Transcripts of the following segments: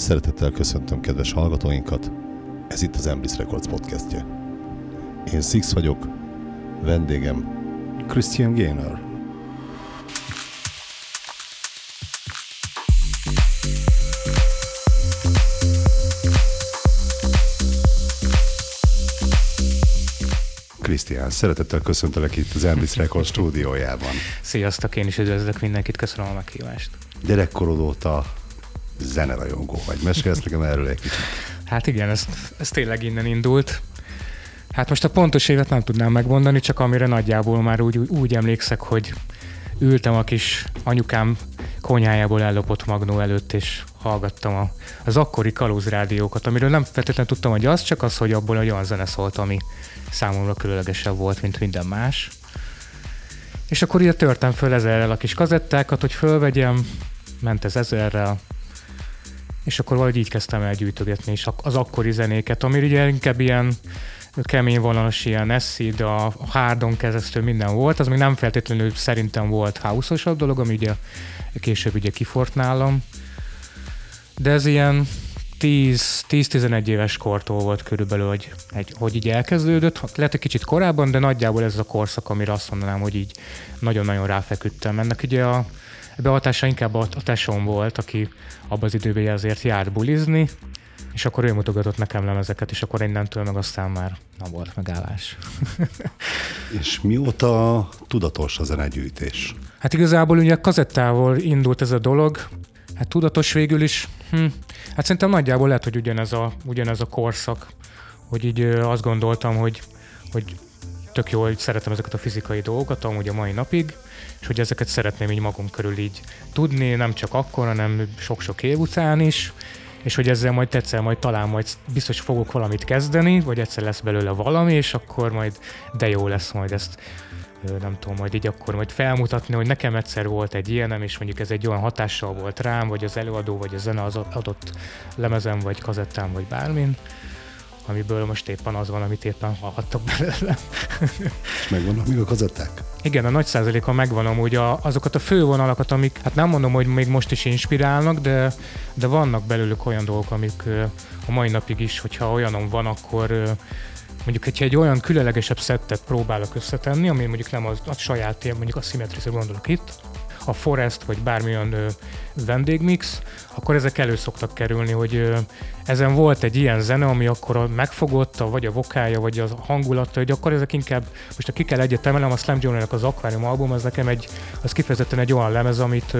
Szeretettel köszöntöm kedves hallgatóinkat, ez itt az Embliss Records podcastje. Én Six vagyok, vendégem Christian Gaynor. Krisztián, szeretettel köszöntelek itt az Embliss Records stúdiójában. Sziasztok, én is üdvözlök mindenkit, köszönöm a meghívást. Gyerekkorod óta zenerajongó vagy. Mesélsz nekem erről egy kicsit. Hát igen, ez tényleg innen indult. Hát most a pontos évet nem tudnám megmondani, csak amire nagyjából már úgy emlékszek, hogy ültem a kis anyukám konyhájából ellopott magnó előtt, és hallgattam az akkori kalózrádiókat, amiről nem feltétlenül tudtam, hogy az, csak az, hogy abból egy olyan zene szólt, ami számomra különlegesebb volt, mint minden más. És akkor ugye törtem föl 1000-rel a kis kazettákat, hogy fölvegyem, ment ez 1000-rel, és akkor valahogy így kezdtem el gyűjtögetni is az akkori zenéket, ami ugye inkább ilyen kemény vonalas, ilyen acid, a hardon keresztül minden volt, az még nem feltétlenül szerintem volt house-osabb dolog, ami ugye később ugye kifort nálam, de ez ilyen 10-11 éves kortól volt körülbelül, hogy így elkezdődött. Lehet egy kicsit korábban, de nagyjából ez a korszak, amire azt mondanám, hogy így nagyon-nagyon ráfeküdtem. Ennek ugye ebbe hatása inkább a tesóm volt, aki abban az időben azért járt bulizni, és akkor ő mutogatott nekem lemezeket, és akkor innentől meg aztán már nem volt megállás. És mióta tudatos a zenegyűjtés? Hát igazából ugye kazettával indult ez a dolog, hát tudatos végül is, hát szerintem nagyjából lehet, hogy ugyanez a korszak, hogy így azt gondoltam, hogy tök jó, hogy szeretem ezeket a fizikai dolgokat, amúgy a mai napig, és hogy ezeket szeretném így magam körül így tudni, nem csak akkor, hanem sok-sok év után is, és hogy ezzel majd talán biztos fogok valamit kezdeni, vagy egyszer lesz belőle valami, és akkor majd de jó lesz majd ezt, nem tudom, majd így akkor majd felmutatni, hogy nekem egyszer volt egy ilyenem, és mondjuk ez egy olyan hatással volt rám, vagy az előadó, vagy a zene az adott lemezem, vagy kazettám, vagy bármin, amiből most éppen az van, amit éppen hallhattok belőle. És megvannak még a kazetták? Igen, a nagy százaléka megvan amúgy azokat a fővonalakat, amik, hát nem mondom, hogy még most is inspirálnak, de vannak belőlük olyan dolgok, amik a mai napig is, hogyha olyanom van, akkor mondjuk, hogyha egy olyan különlegesebb szettet próbálok összetenni, ami mondjuk nem a saját, mondjuk a Symmetrisre gondolok itt, a Forest, vagy bármilyen vendégmix, akkor ezek elő szoktak kerülni, hogy ezen volt egy ilyen zene, ami akkor megfogott, vagy a vokálja, vagy a hangulata, hogy akkor ezek inkább, most ha ki kell egyet emelem, a Slam Jones-nek az Aquarium album, az nekem az kifejezetten egy olyan lemez, amit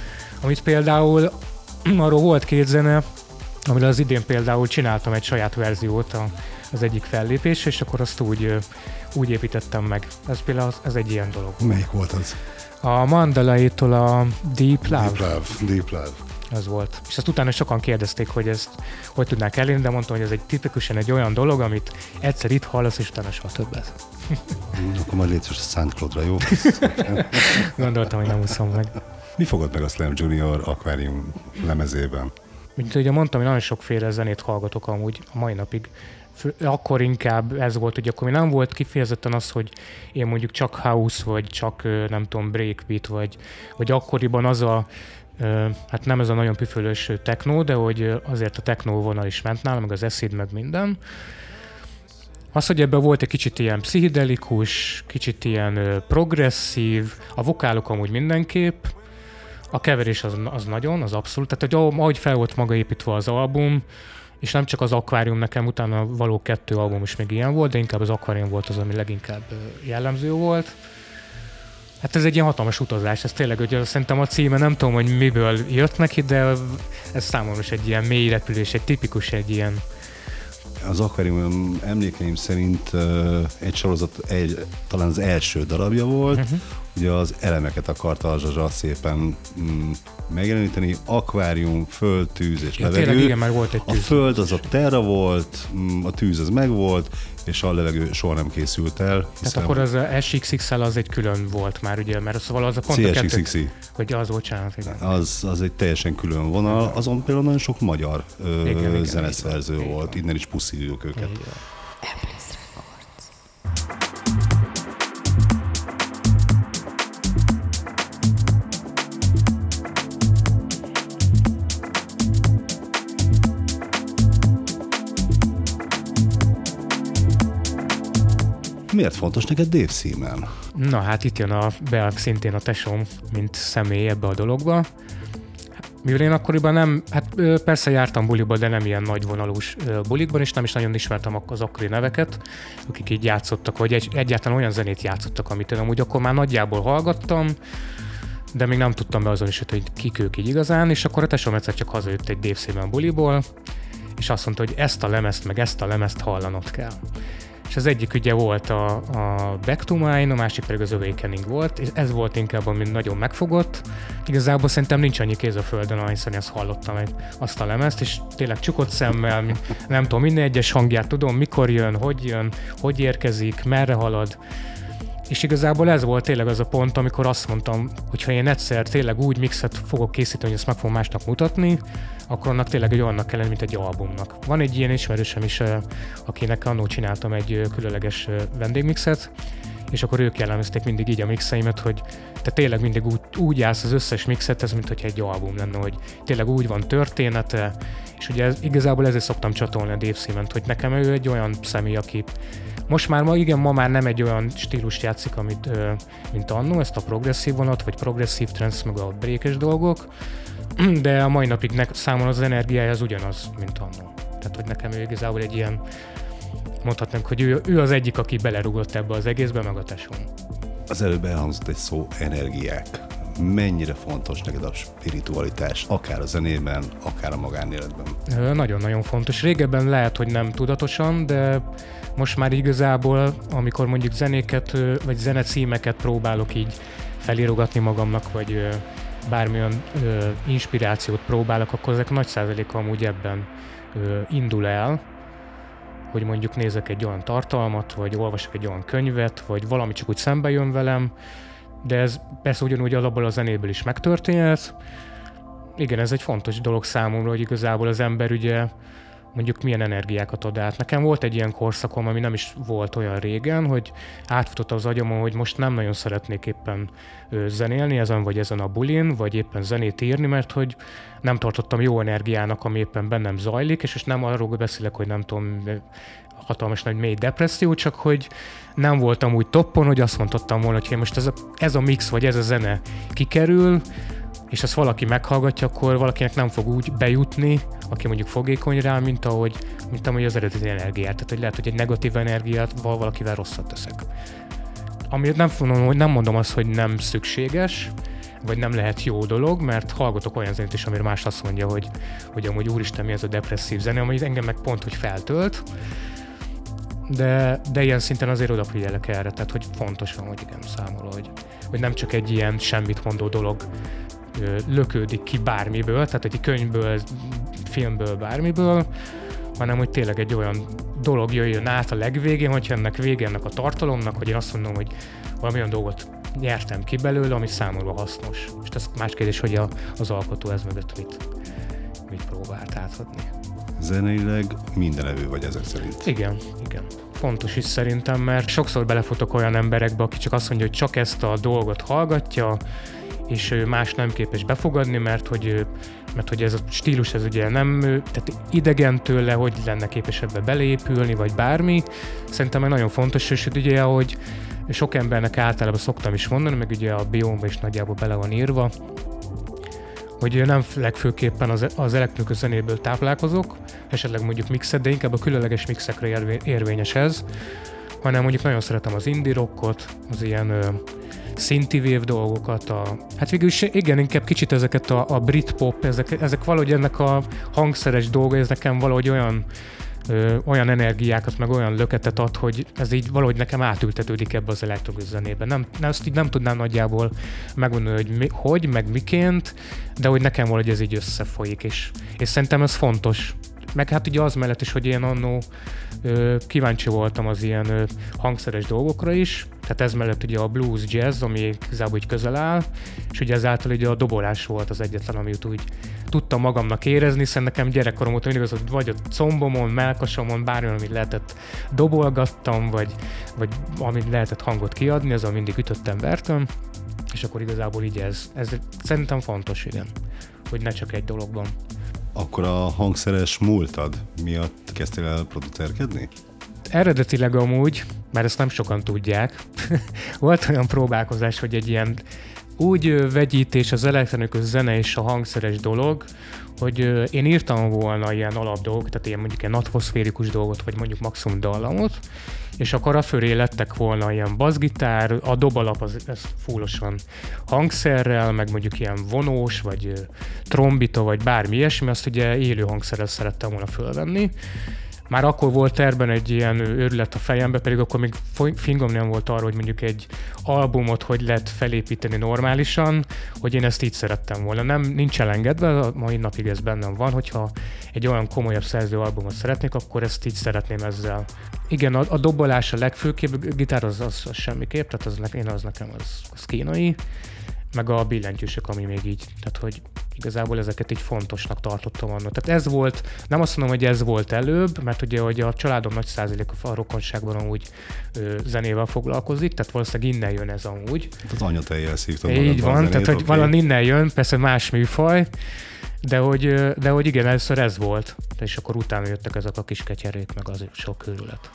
például arról volt 2 zene, amire az idén például csináltam egy saját verziót az egyik fellépés, és akkor azt úgy építettem meg. Ez például ez egy ilyen dolog. Melyik volt az? A Mandalaitól a Deep Love. Deep Love. Ez volt. És azt utána sokan kérdezték, hogy ezt hogy tudnák elérni, de mondtam, hogy ez tipikusan egy olyan dolog, amit egyszer itt hallasz, és utána soha többet. Akkor majd létszős a SoundCloud-ra, jó? Gondoltam, hogy nem úszom meg. Mi fogad meg a Slam Junior Aquarium lemezében? Mint ugye mondtam, hogy nagyon sokféle zenét hallgatok amúgy a mai napig. Akkor inkább ez volt, hogy akkor nem volt kifejezetten az, hogy én mondjuk csak house, vagy csak nem tudom, breakbeat, vagy akkoriban az hát nem ez a nagyon püfölös techno, de hogy azért a techno vonal is ment nála, meg az acid, meg minden. Az, hogy ebben volt egy kicsit ilyen pszichedelikus, kicsit ilyen progresszív, a vokálok amúgy mindenképp, a keverés az nagyon, az abszolút, tehát hogy ahogy fel volt maga építve az album, és nem csak az Aquarium, nekem utána való 2 album is még ilyen volt, de inkább az Aquarium volt az, ami leginkább jellemző volt. Hát ez egy ilyen hatalmas utazás, ez tényleg, hogy szerintem a címe nem tudom, hogy miből jött neki, de ez számomra is egy ilyen mély repülés, egy tipikus, egy ilyen... Az Aquarium emlékeim szerint egy sorozat talán az első darabja volt, ugye az elemeket akarta a Zsazsa szépen megjeleníteni, akvárium, föld, tűz és levegő. Tényleg, igen, már volt egy tűz. A föld az a terra volt, a tűz az megvolt, és a levegő soha nem készült el. Tehát akkor az SXXL az egy külön volt már, ugye, mert szóval az a pont a kettő, hogy az bocsánat, igen. Az egy teljesen külön vonal, azon például nagyon sok magyar zeneszerző volt, innen is puszíjuk őket. Miért fontos neked Dave Seaman? Na hát itt jön be szintén a tesóm, mint személy ebbe a dologba. Mivel én akkoriban nem, hát persze jártam buliba, de nem ilyen nagyvonalús bulikban, és nem is nagyon ismertem az akkori neveket, akik így játszottak, vagy egyáltalán olyan zenét játszottak, amit én amúgy akkor már nagyjából hallgattam, de még nem tudtam beazonosítani, hogy kik ők így igazán, és akkor a tesóm egyszer csak hazajött egy Dave Seaman buliból, és azt mondta, hogy ezt a lemezt, meg ezt a lemezt hallanod kell. És az egyik ugye volt a Back to Mine, a másik pedig az Awakening volt, és ez volt inkább, ami nagyon megfogott. Igazából szerintem nincs annyi kéz a földön, ahányszor azt hallottam azt a lemezt, és tényleg csukott szemmel, nem tudom, minden egyes hangját tudom, mikor jön, hogy érkezik, merre halad. És igazából ez volt tényleg az a pont, amikor azt mondtam, hogy ha én egyszer tényleg úgy mixet fogok készíteni, hogy ezt meg fogom másnak mutatni, akkor annak tényleg egy olyannak kell lenni, mint egy albumnak. Van egy ilyen ismerősöm is, akinek annól csináltam egy különleges vendégmixet, és akkor ők jellemezték mindig így a mixeimet, hogy te tényleg mindig úgy állsz az összes mixet, ez mint hogyha egy album lenne, hogy tényleg úgy van története, és ugye igazából ezért szoktam csatolni a Dave Seamant, hogy nekem ő egy olyan személy, aki most már ma már nem egy olyan stílust játszik, mint annó, ezt a progresszív vonat, vagy progresszív trance, meg a breakes dolgok, de a mai napig számomra az energiája az ugyanaz, mint annó. Tehát, hogy nekem ő igazából egy ilyen, mondhatnánk, hogy ő az egyik, aki belerúgott ebbe az egészbe, meg a tesóm. Az előbb elhangzott egy szó, energiák. Mennyire fontos neked a spiritualitás, akár a zenében, akár a magánéletben? Nagyon-nagyon fontos. Régebben lehet, hogy nem tudatosan, de most már igazából, amikor mondjuk zenéket, vagy zenecímeket próbálok így felírogatni magamnak, vagy bármilyen inspirációt próbálok, akkor ezek nagy százaléka amúgy ebben indul el, hogy mondjuk nézek egy olyan tartalmat, vagy olvasok egy olyan könyvet, vagy valami csak úgy szembe jön velem, de ez persze ugyanúgy alapból a zenéből is megtörténhet. Igen, ez egy fontos dolog számomra, hogy igazából az ember ugye mondjuk milyen energiákat ad át. Nekem volt egy ilyen korszakom, ami nem is volt olyan régen, hogy átfutott az agyamon, hogy most nem nagyon szeretnék éppen zenélni ezen a bulin, vagy éppen zenét írni, mert hogy nem tartottam jó energiának, ami éppen bennem zajlik, és most nem arról beszélek, hogy nem tudom, hatalmas nagy mély depresszió, csak hogy nem voltam úgy toppon, hogy azt mondhattam volna, hogy most ez a mix, vagy ez a zene kikerül, és ezt valaki meghallgatja, akkor valakinek nem fog úgy bejutni, aki mondjuk fogékony rá, mint ahogy az eredeti energiát. Tehát, hogy lehet, hogy egy negatív energiát valakivel rosszat teszek. Amit nem mondom azt, hogy nem szükséges, vagy nem lehet jó dolog, mert hallgatok olyan zenét is, amire más azt mondja, hogy amúgy úristen, mi ez a depresszív zene, amúgy engem meg pont, hogy feltölt, de ilyen szinten azért odafigyelek erre, tehát hogy fontos van, hogy igen, számomra, hogy nem csak egy ilyen semmit mondó dolog lökődik ki bármiből, tehát egy könyvből, filmből, bármiből, hanem hogy tényleg egy olyan dolog jöjjön át a legvégén, hogy ennek vége ennek a tartalomnak, hogy én azt mondom, hogy valamilyen dolgot nyertem ki belőle, ami számomra hasznos. És ez más kérdés, hogy az alkotó ez mögött mit próbált átadni. Zeneileg mindenevő vagy ezek szerint. Igen. Fontos is szerintem, mert sokszor belefutok olyan emberekbe, aki csak azt mondja, hogy csak ezt a dolgot hallgatja, és más nem képes befogadni, mert hogy ez a stílus, ez ugye nem, tehát idegen tőle, hogy lenne képes ebbe beleépülni, vagy bármi. Szerintem nagyon fontos, és ugye, ahogy sok embernek általában szoktam is mondani, meg ugye a biómban is nagyjából bele van írva, hogy nem legfőképpen az elektronikus zenéből táplálkozok, esetleg mondjuk mixet, de inkább a különleges mixekre érvényes ez, hanem mondjuk nagyon szeretem az indie rockot, az ilyen synthwave dolgokat, hát végül is igen, inkább kicsit ezeket a britpop, ezek valahogy ennek a hangszeres dolga, ez nekem valahogy olyan energiákat, meg olyan löketet ad, hogy ez így valahogy nekem átültetődik ebbe az elektronikus zenébe. Ezt így nem tudnám nagyjából megmondani, hogy meg miként, de hogy nekem valahogy ez így összefolyik, és szerintem ez fontos. Meg hát ugye az mellett is, hogy én annó kíváncsi voltam az ilyen hangszeres dolgokra is, tehát ez mellett ugye a blues, jazz, ami igazából így közel áll, és ugye ezáltal ugye a dobolás volt az egyetlen, amit úgy tudtam magamnak érezni, hiszen nekem gyerekkorom óta mindig az, hogy vagy a combomon, melkasomon, bármilyen, amit lehetett dobolgattam, vagy amit lehetett hangot kiadni, ezzel mindig ütöttem, vertem, és akkor igazából így ez szerintem fontos, igen, hogy ne csak egy dologban. Akkor a hangszeres múltad miatt kezdtél el producerkedni? eredetileg amúgy, már ezt nem sokan tudják, volt olyan próbálkozás, hogy egy ilyen úgy vegyítés az elektronikus zene és a hangszeres dolog, hogy én írtam volna ilyen alapdolgok, tehát ilyen mondjuk ilyen atmoszférikus dolgot, vagy mondjuk maximum dallamot, és akkor a fölé lettek volna ilyen basszgitár, a dobalap ez fullosan hangszerrel, meg mondjuk ilyen vonós, vagy trombita, vagy bármi ilyesmi, azt ugye élő hangszerrel szerettem volna fölvenni. Már akkor volt terben egy ilyen őrület a fejembe, pedig akkor még fingom nem volt arra, hogy mondjuk egy albumot hogy lehet felépíteni normálisan, hogy én ezt így szerettem volna. Nincs elengedve, a mai napig ez bennem van, hogyha egy olyan komolyabb szerző albumot szeretnék, akkor ezt így szeretném ezzel. Igen, a dobolás a legfőképp, a gitár az semmiképp, tehát az nekem az kínai, meg a billentyűsök, ami még így, tehát hogy igazából ezeket így fontosnak tartottam annak. Tehát ez volt, nem azt mondom, hogy ez volt előbb, mert ugye hogy a családom nagy százaléka a rokonságban amúgy zenével foglalkozik, tehát valószínűleg innen jön ez amúgy. Az anyatejjel szívtam. Így van, zenét, tehát hogy valami innen jön, persze más műfaj, de hogy igen, először ez volt, és akkor utána jöttek ezek a kis ketyerék, meg az sok körület.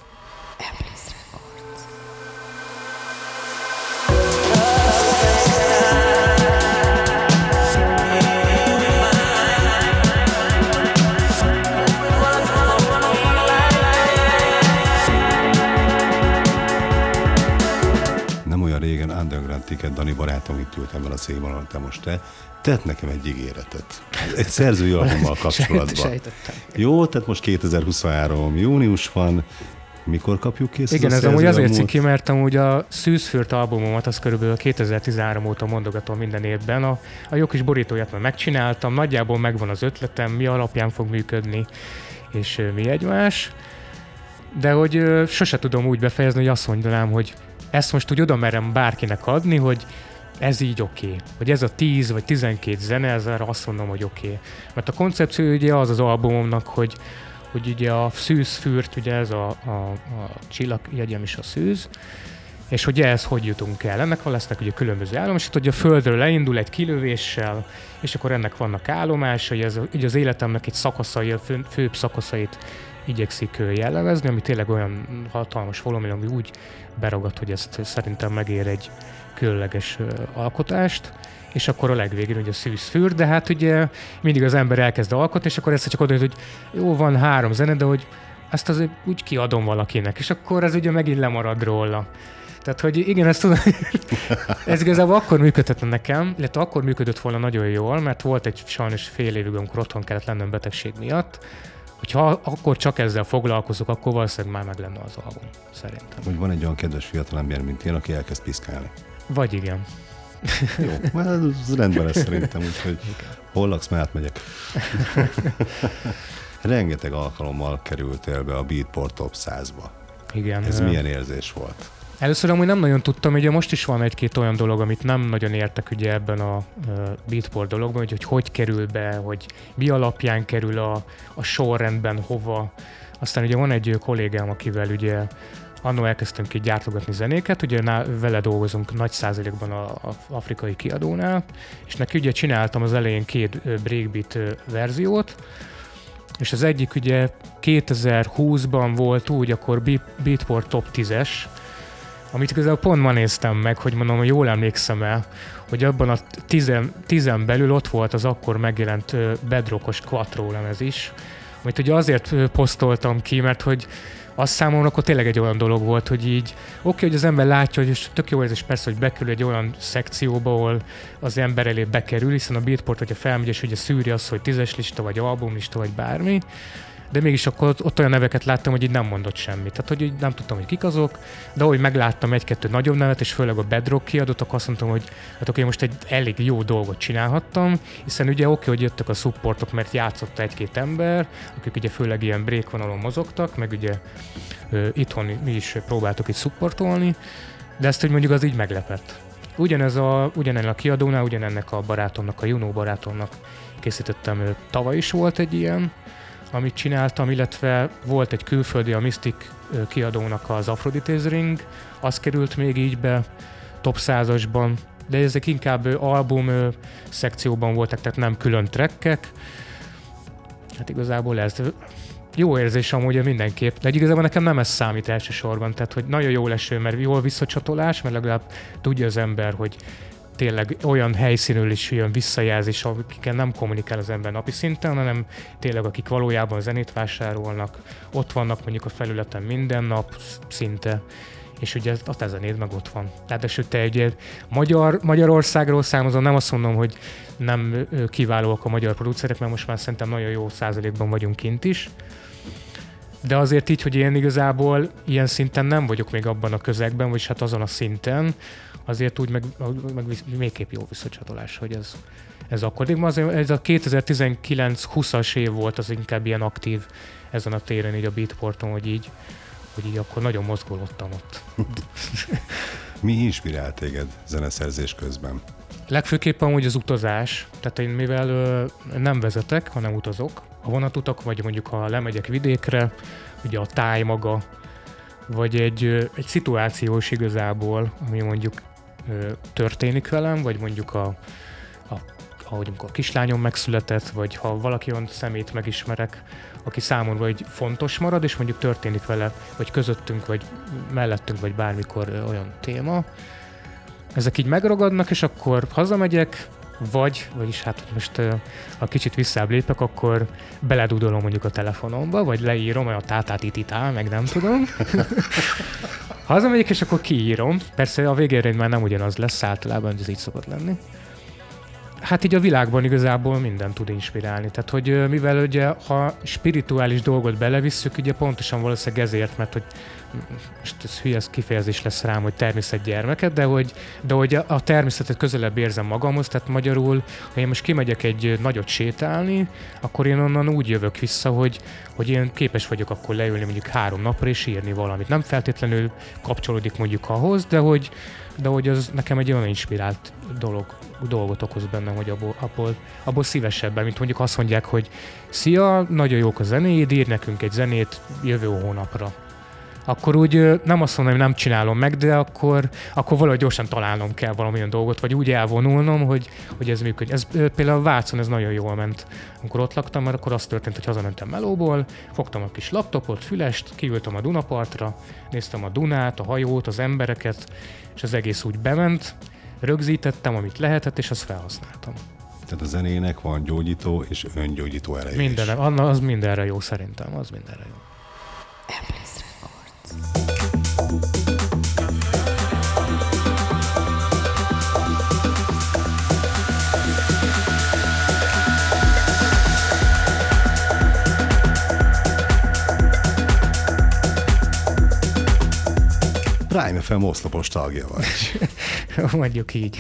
Régen Underground Ticket, Dani barátom itt ült ebben a székban, te tett nekem egy ígéretet. Egy szerzői albummal kapcsolatban. Sejtettem. Jó, tehát most 2023. június van. Mikor kapjuk kész? Igen, ez amúgy azért ciki, mert amúgy a Szűzfürt albumomat az körülbelül 2013 óta mondogatom minden évben. A jó kis borítóját már megcsináltam, nagyjából megvan az ötletem, mi alapján fog működni, és mi egymás. De hogy sose tudom úgy befejezni, hogy azt mondanám, hogy ezt most úgy oda merem bárkinek adni, hogy ez így oké. Hogy ez a 10 vagy 12 zene, ezzel azt mondom, hogy oké. Mert a koncepció ugye az albumomnak, hogy ugye a Szűzfürt, ugye ez a csillagjegyem is a szűz, és hogy ehhez hogy jutunk el. Ennek lesznek ugye különböző állomások, hogy a Földről leindul egy kilövéssel, és akkor ennek vannak állomásai, ez ugye az életemnek egy szakaszai, a főbb szakaszait igyekszik jellemezni, ami tényleg olyan hatalmas valami, ami úgy beragad, hogy ezt szerintem megér egy különleges alkotást, és akkor a legvégén ugye a Szűzfürt, de hát ugye mindig az ember elkezd alkotni, és akkor ezt csak oda, hogy jó, van 3 zene, de hogy ezt azért úgy kiadom valakinek, és akkor ez ugye megint lemarad róla. Tehát, hogy igen, ezt tudom, ez igazából akkor működhetne nekem, illetve akkor működött volna nagyon jól, mert volt egy sajnos fél évig, amikor otthon kellett lennem betegség miatt, hogyha akkor csak ezzel foglalkozok, akkor valószínűleg már meg lenne az album, szerintem. Hogy van egy olyan kedves fiatalember, mint én, aki elkezd piszkálni. Vagy igen. Jó, már ez rendben lesz szerintem, úgyhogy hol laksz, már átmegyek. Rengeteg alkalommal kerültél be a Beatport Top 100-ba. Igen. Ez milyen érzés volt? Először amúgy nem nagyon tudtam, ugye most is van egy-két olyan dolog, amit nem nagyon értek ugye ebben a Beatport dologban, hogy kerül be, hogy mi alapján kerül a sorrendben hova. Aztán ugye van egy kollégám, akivel ugye annól elkezdtünk így gyártogatni zenéket, ugye vele dolgozunk nagy százalékban az afrikai kiadónál, és neki ugye csináltam az elején 2 breakbeat verziót, és az egyik ugye 2020-ban volt úgy, akkor Beatport Top 10-es, amit igazából pont ma néztem meg, hogy mondom, hogy jól emlékszem el, hogy abban a 10-en belül ott volt az akkor megjelent bedrockos Quattro lemez is, amit ugye azért posztoltam ki, mert hogy azt számomra akkor tényleg egy olyan dolog volt, hogy így oké, hogy az ember látja, hogy és tök jó ez is persze, hogy bekerül egy olyan szekcióba, ahol az ember elé bekerül, hiszen a Beatport, hogyha felmegy, és ugye szűri azt, hogy 10-es lista, vagy albumlista, vagy bármi, de mégis akkor ott olyan neveket láttam, hogy így nem mondott semmit. Tehát, hogy így nem tudtam, hogy kik azok, de ahogy megláttam 1-2 nagyobb nevet, és főleg a Bedrock kiadott, akkor azt mondtam, hogy hát oké, most egy elég jó dolgot csinálhattam, hiszen ugye oké, hogy jöttek a supportok, mert játszott 1-2 ember, akik ugye főleg ilyen break vonalon mozogtak, meg ugye itthon mi is próbáltuk itt supportolni, de ezt, hogy mondjuk az így meglepett. Ugyanennek a kiadónál, ugyanennek a barátomnak, a Juno barátomnak készítettem, tavaly is volt egy ilyen, amit csináltam, illetve volt egy külföldi, a Mystic kiadónak az Aphrodite's Ring, az került még így be top 100-asban, de ezek inkább album szekcióban voltak, tehát nem külön trackek. Hát igazából ez. Jó érzés amúgy mindenképp, de igazából nekem nem ez számít elsősorban, tehát hogy nagyon jó eső, mert jól visszacsatolás, mert legalább tudja az ember, hogy tényleg olyan helyszínről is jön visszajelzés, akikkel nem kommunikál az ember napi szinten, hanem tényleg akik valójában zenét vásárolnak, ott vannak mondjuk a felületen minden nap szinte, és ugye a te zenéd meg ott van. Ráadásul te egy Magyarországról számozom, nem azt mondom, hogy nem kiválóak a magyar producerek, mert most már szerintem nagyon jó százalékban vagyunk kint is. De azért így, hogy én igazából ilyen szinten nem vagyok még abban a közegben, vagyis hát azon a szinten, azért úgy meg végképp jó visszacsatolás, hogy ez akkor. Ez a 2019-20-as év volt az inkább ilyen aktív ezen a téren, így a Beatporton, hogy így akkor nagyon mozgolódtam ott. Mi inspirált téged zeneszerzés közben? Legfőképpen úgy az utazás, tehát én mivel nem vezetek, hanem utazok, ha vonatutak, vagy mondjuk ha lemegyek vidékre, ugye a táj maga, vagy egy szituációs igazából, ami mondjuk történik velem, vagy mondjuk ahogy a kislányom megszületett, vagy ha valaki olyan szemét megismerek, aki számomra egy fontos marad, és mondjuk történik vele, vagy közöttünk, vagy mellettünk, vagy bármikor olyan téma. Ezek így megragadnak, és akkor hazamegyek, vagyis hát most ha kicsit visszább lépek, akkor beledudolom mondjuk a telefonomba, vagy leírom a tátátititá, meg nem tudom. Hazamegyek, és akkor kiírom. Persze a végére már nem ugyanaz lesz, általában ez így szokott lenni. Hát így a világban igazából minden tud inspirálni. Tehát, hogy mivel ugye, ha spirituális dolgot belevisszük, ugye pontosan valószínűleg ezért, mert hogy most ez hülye kifejezés lesz rám, hogy természetgyermeket, de hogy a természetet közelebb érzem magamhoz, tehát magyarul, ha én most kimegyek egy nagyot sétálni, akkor én onnan úgy jövök vissza, hogy én képes vagyok akkor leülni mondjuk 3 napra és írni valamit. Nem feltétlenül kapcsolódik mondjuk ahhoz, de hogy az nekem egy olyan inspirált dolgot okoz bennem, hogy abból szívesebben, mint mondjuk azt mondják, hogy szia, nagyon jók a zenéid, ír nekünk egy zenét jövő hónapra. Akkor úgy nem azt mondom, hogy nem csinálom meg, de akkor valahogy gyorsan találnom kell valamilyen dolgot, vagy úgy elvonulnom, hogy ez működik. Ez például Vácon ez nagyon jól ment. Amikor ott laktam, mert akkor az történt, hogy hazamentem melóból, fogtam a kis laptopot, fülest, kiültem a Dunapartra, néztem a Dunát, a hajót, az embereket, és az egész úgy bement, rögzítettem, amit lehetett, és azt felhasználtam. Tehát a zenének van gyógyító és öngyógyító ereje is. Az mindenre jó szerintem, az mindenre jó. Prime FM oszlopos tagja vagy. Mondjuk így.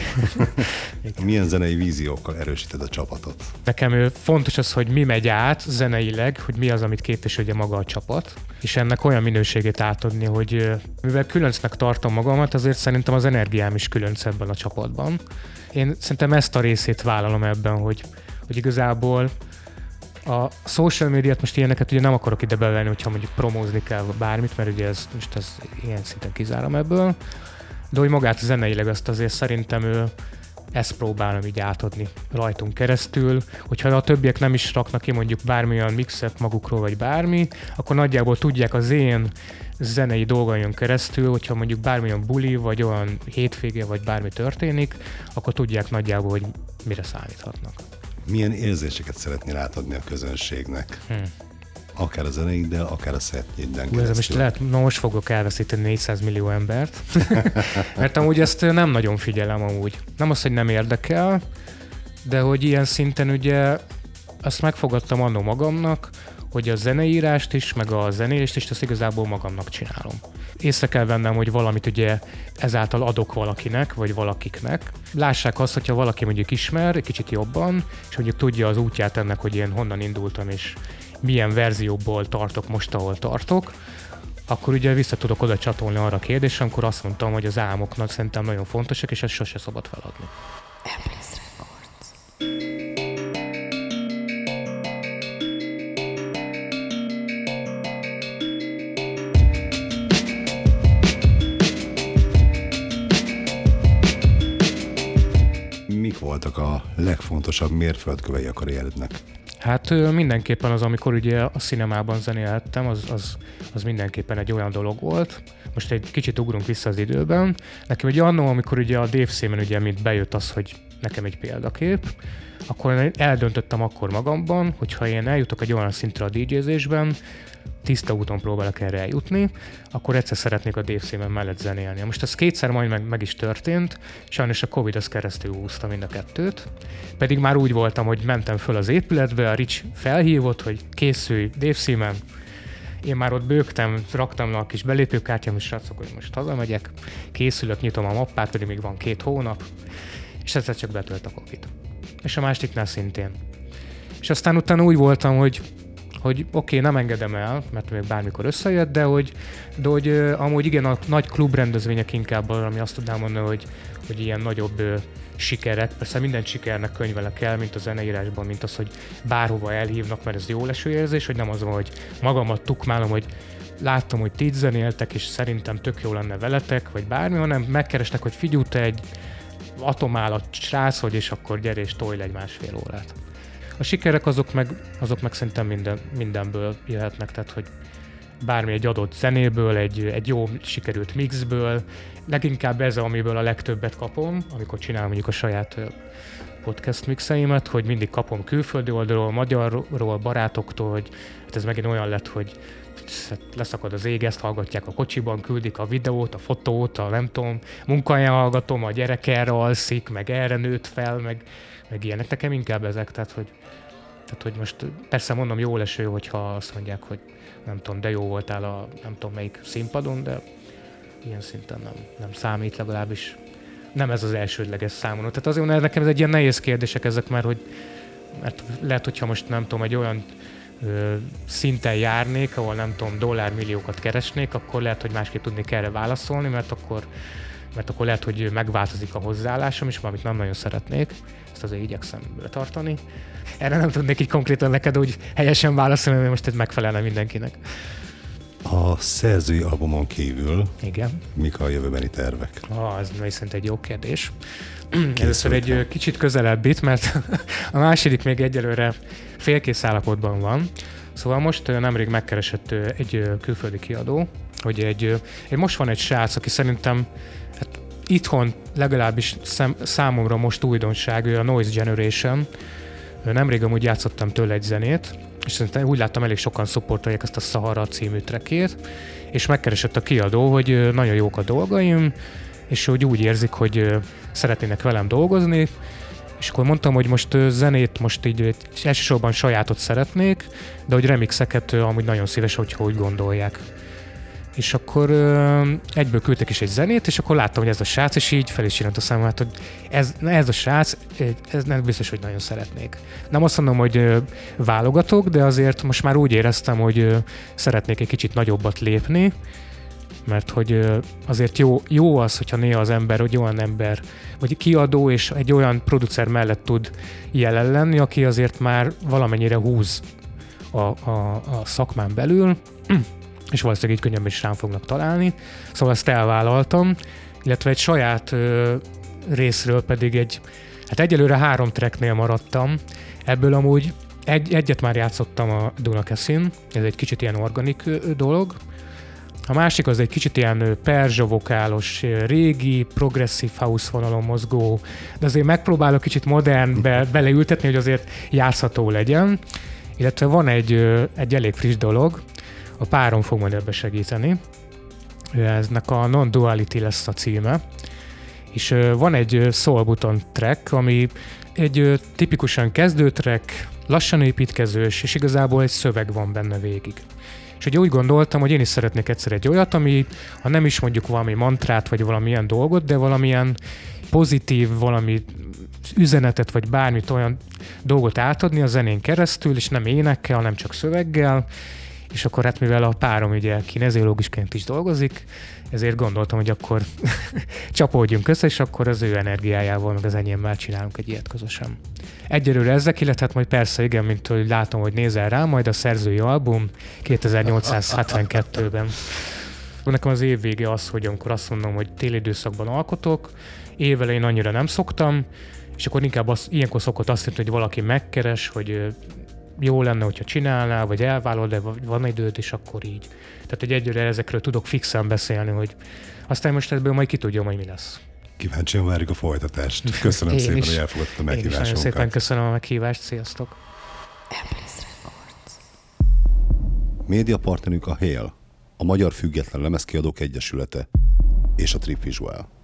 Milyen zenei víziókkal erősíted a csapatot? Nekem fontos az, hogy mi megy át zeneileg, hogy mi az, amit képviseli maga a csapat, és ennek olyan minőségét átadni, hogy mivel különcnek tartom magamat, azért szerintem az energiám is különc ebben a csapatban. Én szerintem ezt a részét vállalom ebben, hogy igazából a social médiát most ilyeneket ugye nem akarok ide bevenni, hogyha mondjuk promózni kell bármit, mert ugye ez ilyen szinten kizárom ebből, de hogy magát zeneileg azt azért szerintem ezt próbálom így átadni rajtunk keresztül, hogyha a többiek nem is raknak ki mondjuk bármilyen mixet magukról, vagy bármi, akkor nagyjából tudják az én zenei dolgaimon keresztül, hogyha mondjuk bármilyen buli, vagy olyan hétvége, vagy bármi történik, akkor tudják nagyjából, hogy mire számíthatnak. Milyen érzéseket szeretnél átadni a közönségnek? Akár a zenéiddel, akár a szettjéddel keresztül. Most fogok elveszíteni 400 millió embert, mert amúgy ezt nem nagyon figyelem amúgy. Nem az, hogy nem érdekel, de hogy ilyen szinten ugye azt megfogadtam annó magamnak, hogy a zeneírást is, meg a zenélést is, azt igazából magamnak csinálom. Észre kell vennem, hogy valamit ugye ezáltal adok valakinek, vagy valakiknek. Lássák azt, hogyha valaki mondjuk ismer egy kicsit jobban, és mondjuk tudja az útját ennek, hogy én honnan indultam, és milyen verzióból tartok most, ahol tartok, akkor ugye vissza tudok oda csatolni arra a kérdésre, amikor azt mondtam, hogy az álmoknak szerintem nagyon fontosak, és ezt sose szabad feladni. Mik voltak a legfontosabb mérföldkövei a karrierednek? Hát mindenképpen az, amikor ugye a cinemában zenélhettem, az mindenképpen egy olyan dolog volt. Most egy kicsit ugrunk vissza az időben. Nekem ugye annó, amikor ugye a Dave Seaman ugye mint bejött az, hogy nekem egy példakép, akkor eldöntöttem akkor magamban, hogyha én eljutok egy olyan szintre a DJ-zésben, tiszta úton próbálok erre eljutni, akkor egyszer szeretnék a Dave Seaman mellett zenélni. Most ez kétszer majd meg is történt, sajnos a Covid az keresztül húzta mind a kettőt, pedig már úgy voltam, hogy mentem föl az épületbe, a Rich felhívott, hogy készülj, Dave Seaman. Én már ott bőgtem, raktam le a kis belépőkártyám, és srácok, hogy most hazamegyek, készülök, nyitom a mappát, pedig még van 2 hónap, és egyszer csak betölt a Covid. És a másiknál szintén. És aztán utána úgy voltam, hogy oké, nem engedem el, mert még bármikor összejött, de hogy amúgy igen, a nagy klubrendezvények inkább, ami azt tudnám mondani, hogy ilyen nagyobb sikerek, persze minden sikernek könyvelek el, mint a zeneírásban, mint az, hogy bárhova elhívnak, mert ez jó leső érzés, hogy nem az van, hogy magamat tukmálom, hogy láttam, hogy ti zenéltek, és szerintem tök jó lenne veletek, vagy bármi, hanem megkeresnek, hogy figyelj, te egy atomállat srác vagy, és akkor gyere és tolj egy 1,5 órát. A sikerek azok meg szerintem mindenből jöhetnek, tehát hogy bármi egy adott zenéből, egy jó sikerült mixből, leginkább ez, amiből a legtöbbet kapom, amikor csinálom mondjuk a saját podcast mixeimet, hogy mindig kapom külföldi oldalról, magyarról, barátoktól, hogy hát ez megint olyan lett, hogy leszakad az ég, ezt hallgatják a kocsiban, küldik a videót, a fotót, a nem tudom, munkahelyen hallgatom, a gyerek erre alszik, meg erre nőtt fel, meg ilyenek. Nekem inkább ezek, tehát hogy most persze mondom, jó leső, hogyha azt mondják, hogy nem tudom, de jó voltál a nem tudom melyik színpadon, de ilyen szinten nem számít, legalábbis nem ez az elsődleges számon. Tehát azért nekem ez egy ilyen nehéz kérdések ezek, mert lehet, hogyha most nem tudom, egy olyan szinten járnék, ahol nem tudom, dollármilliókat keresnék, akkor lehet, hogy másképp tudnék erre válaszolni, mert akkor lehet, hogy megváltozik a hozzáállásom is, valamit nem nagyon szeretnék, ezt azért igyekszem betartani. Erre nem tudnék így konkrétan neked úgy helyesen válaszolni, mert most ez megfelelne mindenkinek. A szerzői albumon kívül igen. Mik a jövőbeni tervek? Ez viszont egy jó kérdés. Először egy kicsit közelebb itt, mert a második még egyelőre félkész állapotban van. Szóval most nemrég megkeresett egy külföldi kiadó, hogy most van egy srác, aki szerintem hát itthon legalábbis számomra most újdonság, ő a Noise Generation. Nemrég amúgy játszottam tőle egy zenét, és szerintem úgy láttam, elég sokan szupportolják ezt a Sahara című trackét, és megkeresett a kiadó, hogy nagyon jók a dolgaim, és hogy úgy érzik, hogy szeretnének velem dolgozni, és akkor mondtam, hogy most zenét most így elsősorban sajátot szeretnék, de hogy remixeket amúgy nagyon szíves, hogyha úgy gondolják. És akkor egyből küldtek is egy zenét, és akkor láttam, hogy ez a srác, és így fel is csinált a számomra, hogy ez a srác, ez nem biztos, hogy nagyon szeretnék. Nem azt mondom, hogy válogatok, de azért most már úgy éreztem, hogy szeretnék egy kicsit nagyobbat lépni, mert hogy azért jó az, hogyha néha az ember, hogy olyan ember, vagy kiadó és egy olyan producer mellett tud jelen lenni, aki azért már valamennyire húz a szakmán belül, és valószínűleg így könnyebben is rám fognak találni. Szóval ezt elvállaltam, illetve egy saját részről pedig hát egyelőre 3 tracknél maradtam. Ebből amúgy egyet már játszottam a Dunakeszin, ez egy kicsit ilyen organik dolog. A másik az egy kicsit ilyen perzsa vokálos, régi, progresszív house vonalon mozgó, de azért megpróbálok kicsit modernbe beleültetni, hogy azért játszható legyen. Illetve van egy elég friss dolog, a párom fog majd ebbe segíteni. Eznek a Non-Duality lesz a címe. És van egy Soul Button track, ami egy tipikusan kezdő track, lassan építkezős, és igazából egy szöveg van benne végig. És ugye úgy gondoltam, hogy én is szeretnék egyszer egy olyat, ami, ha nem is mondjuk valami mantrát, vagy valamilyen dolgot, de valamilyen pozitív, valami üzenetet, vagy bármit olyan dolgot átadni a zenén keresztül, és nem énekkel, hanem csak szöveggel. És akkor hát mivel a párom ugye kineziológusként is dolgozik, ezért gondoltam, hogy akkor csapódjunk össze, és akkor az ő energiájával, meg az enyémmel csinálunk egy ilyet közösen. Egyelőre ezek, illetve majd persze igen, mint hogy látom, hogy nézel rá, majd a szerzői album 2872-ben. Nekem az év vége az, hogy amikor azt mondom, hogy téli időszakban alkotok, évelején annyira nem szoktam, és akkor inkább ilyenkor szokott azt jelenti, hogy valaki megkeres, hogy jó lenne, hogyha csinálnál, vagy elvállalod, de van időd, és akkor így. Tehát, hogy egyre ezekről tudok fixen beszélni, hogy aztán most ebből majd ki tudja, hogy mi lesz. Kíváncsian várjuk a folytatást. Köszönöm szépen, hogy elfogadtad a meghívásunkat. Én is nagyon szépen köszönöm a meghívást. Sziasztok! Média partnerünk a Hail, a Magyar Független Lemezkiadók Egyesülete és a Trip Visual.